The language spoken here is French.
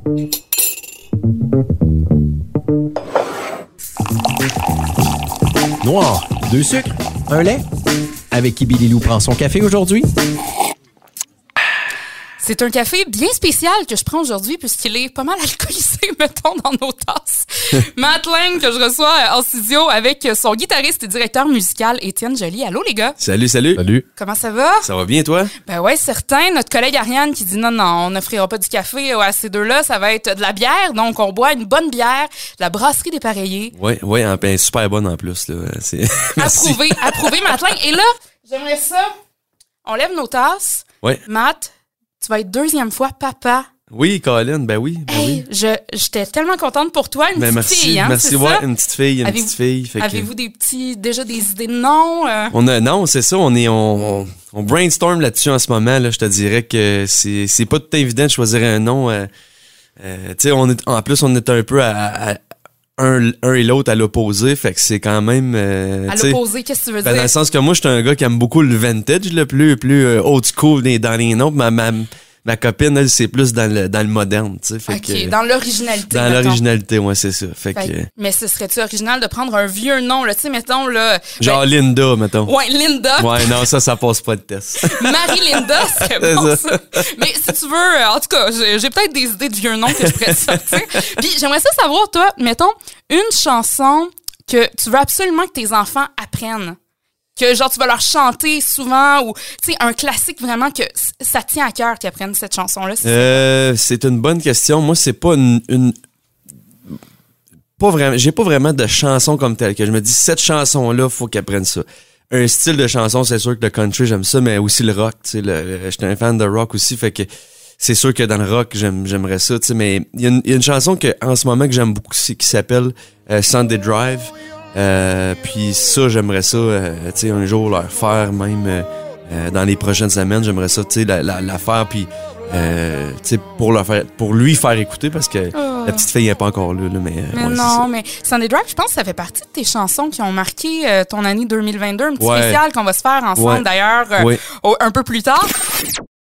Noir, 2 sucres, un lait. Avec qui Billy Lou prend son café aujourd'hui? C'est un café bien spécial que je prends aujourd'hui puisqu'il est pas mal alcoolisé, mettons, dans nos tasses. Matt Lang, que je reçois en studio avec son guitariste et directeur musical, Étienne Joly. Allô, les gars? Salut. Salut. Comment ça va? Ça va bien, toi? Ben ouais, certain. Notre collègue Ariane qui dit non, on n'offrira pas du café à ces deux-là, ça va être de la bière. Donc, on boit une bonne bière, de la brasserie des Pareillés. Oui, super bonne en plus, là. Approuvé, Matt Lang. Et là, j'aimerais ça. On lève nos tasses. Oui. Matt, tu vas être 2e fois papa. Oui, Colin, ben oui. Oui. J'étais tellement contente pour toi, une petite fille, hein, merci, c'est ouais, ça? une petite fille. Avez-vous déjà des idées de nom? Non, c'est ça, on brainstorm là-dessus en ce moment, là. Je te dirais que c'est pas tout évident de choisir un nom. Tu sais, on est un peu à un et l'autre à l'opposé, fait que c'est quand même... à l'opposé, qu'est-ce que tu veux dire? Dans le sens que moi, je suis un gars qui aime beaucoup le vintage, le plus old school dans les noms. Ma copine, elle, c'est plus dans le moderne, tu sais. Fait que, dans l'originalité. Dans l'originalité, ouais, c'est ça. Fait que, mais ce serait-tu original de prendre un vieux nom, là, tu sais, mettons, là... genre Linda, mettons. Ouais, Linda. Ouais, non, ça passe pas de test. Marie-Linda, c'est bon, ça. Mais si tu veux, en tout cas, j'ai peut-être des idées de vieux noms que je pourrais te sortir. Puis j'aimerais ça savoir, toi, mettons, une chanson que tu veux absolument que tes enfants apprennent. Que genre tu vas leur chanter souvent ou tu sais un classique vraiment que ça tient à cœur qu'ils apprennent cette chanson-là. C'est une bonne question. Moi, c'est pas pas vraiment. J'ai pas vraiment de chanson comme telle que je me dis cette chanson-là, faut qu'ils apprennent ça. Un style de chanson, c'est sûr que le country j'aime ça, mais aussi le rock. Tu sais, j'étais un fan de rock aussi, fait que c'est sûr que dans le rock j'aimerais ça. Tu sais, mais il y a une chanson que en ce moment que j'aime beaucoup qui s'appelle Sunday Drive. Puis ça, j'aimerais ça, tu sais, un jour leur faire même dans les prochaines semaines, j'aimerais ça, tu sais, la faire, puis tu sais, pour lui faire écouter parce que la petite fille n'est pas encore là, mais ouais, non, mais Sunday Drive, je pense que ça fait partie de tes chansons qui ont marqué ton année 2022, un petit spécial qu'on va se faire ensemble d'ailleurs un peu plus tard.